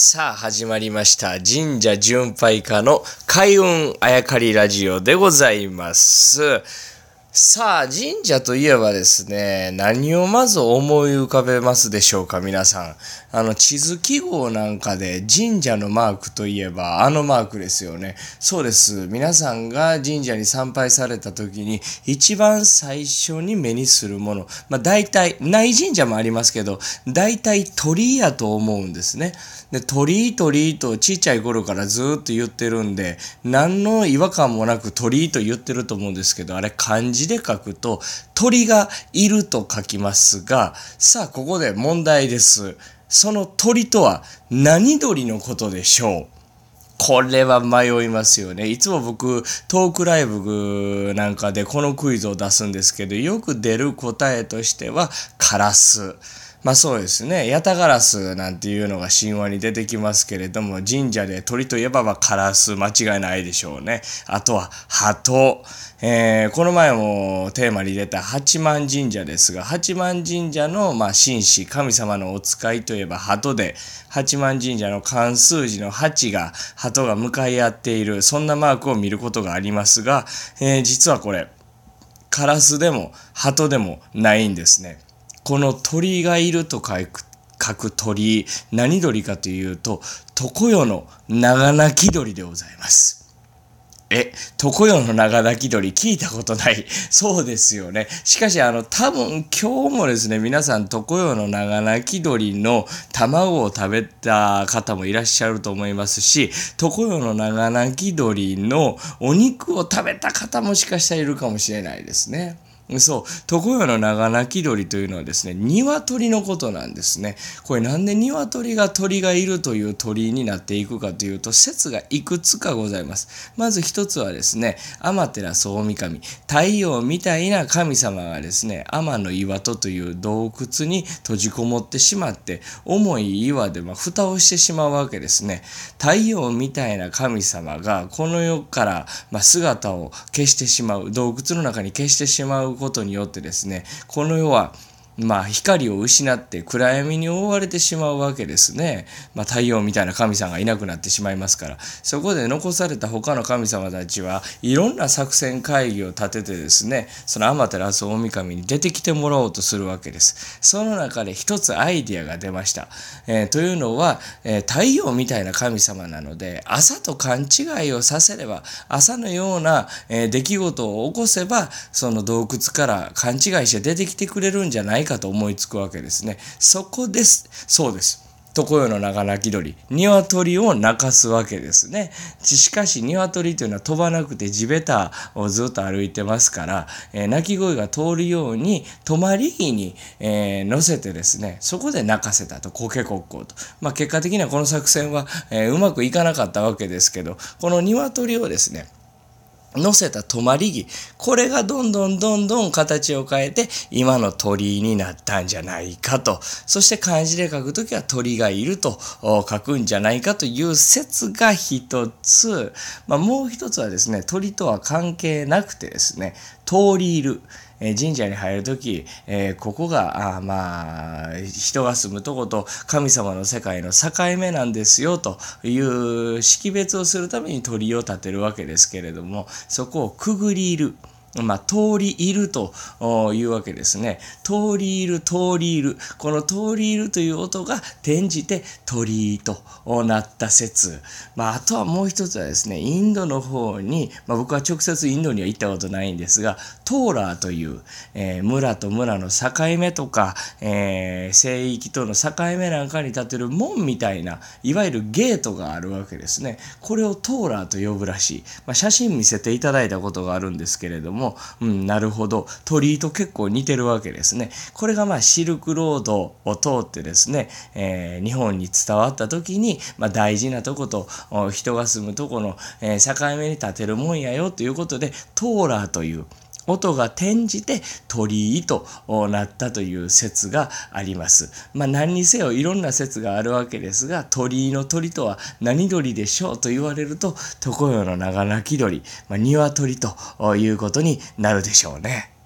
さあ始まりました神社巡拝家の開運あやかりラジオでございます。さあ神社といえばですね、何をまず思い浮かべますでしょうか皆さん。地図記号なんかで神社のマークといえばあのマークですよね。そうです。皆さんが神社に参拝された時に一番最初に目にするもの、大体ない神社もありますけど、大体鳥居やと思うんですね。で、鳥居とちっちゃい頃からずっと言ってるんで、何の違和感もなく鳥居と言ってると思うんですけど、あれ漢字で書くと鳥がいると書きますが、さあここで問題です。その鳥とは何鳥のことでしょう？これは迷いますよね。いつも僕トークライブなんかでこのクイズを出すんですけど、よく出る答えとしてはカラス。そうですね。ヤタガラスなんていうのが神話に出てきますけれども、神社で鳥といえばカラス、間違いないでしょうね。あとは鳩。この前もテーマに出た八幡神社ですが、八幡神社の神使、神様のお使いといえば鳩で、八幡神社の漢数字の8が鳩が向かい合っている、そんなマークを見ることがありますが、実はこれカラスでも鳩でもないんですね。この鳥がいると書く鳥、何鳥かというと、常世の長鳴き鳥でございます。常世の長鳴き鳥聞いたことない。そうですよね。しかし多分今日もですね、皆さん常世の長鳴き鳥の卵を食べた方もいらっしゃると思いますし、常世の長鳴き鳥のお肉を食べた方もしかしたらいるかもしれないですね。そう、常世の長鳴き鳥というのはですね、鶏のことなんですね。これなんで鶏が鳥がいるという鳥になっていくかというと、説がいくつかございます。まず一つはですね、天照大神、太陽みたいな神様がですね、天の岩戸という洞窟に閉じこもってしまって、重い岩で蓋をしてしまうわけですね。太陽みたいな神様がこの世から姿を消してしまう、洞窟の中に消してしまうことによってですね、この世は光を失って暗闇に覆われてしまうわけですね。太陽みたいな神様がいなくなってしまいますから、そこで残された他の神様たちはいろんな作戦会議を立ててですね、その天照大神に出てきてもらおうとするわけです。その中で一つアイディアが出ました。というのは、太陽みたいな神様なので、朝と勘違いをさせれば、朝のような、出来事を起こせば、その洞窟から勘違いして出てきてくれるんじゃないかと思いつくわけですね。そこです。そうです。常世の長鳴き鳥、鶏を鳴かすわけですね。しかし鶏というのは飛ばなくて地べたをずっと歩いてますから、鳴き声が通るように止まり木に、乗せてですね、そこで鳴かせたと、コケコッコーと。結果的にはこの作戦は、うまくいかなかったわけですけど、この鶏をですね、乗せた止まり木、これがどんどん形を変えて今の鳥居になったんじゃないかと。そして漢字で書くときは鳥がいると書くんじゃないかという説が一つ。もう一つはですね、鳥とは関係なくてですね、通りいる。神社に入るとき、ここが人が住むとこと神様の世界の境目なんですよという識別をするために鳥居を建てるわけですけれども、そこをくぐりいる、通りいるというわけですね。通りいる。この通りいるという音が転じて鳥居となった説。あとはもう一つはですね、インドの方に、僕は直接インドには行ったことないんですが、トーラーという、村と村の境目とか、聖域との境目なんかに立てる門みたいな、いわゆるゲートがあるわけですね。これをトーラーと呼ぶらしい。写真見せていただいたことがあるんですけれども、なるほど。鳥居と結構似てるわけですね。これがシルクロードを通ってですね、日本に伝わった時に、大事なとこと人が住むとこの、境目に立てるもんやよということで、トーラーという音が転じて鳥居となったという説があります。何にせよいろんな説があるわけですが、鳥居の鳥とは何鳥でしょうと言われると、常世の長鳴き鳥、鶏ということになるでしょうね。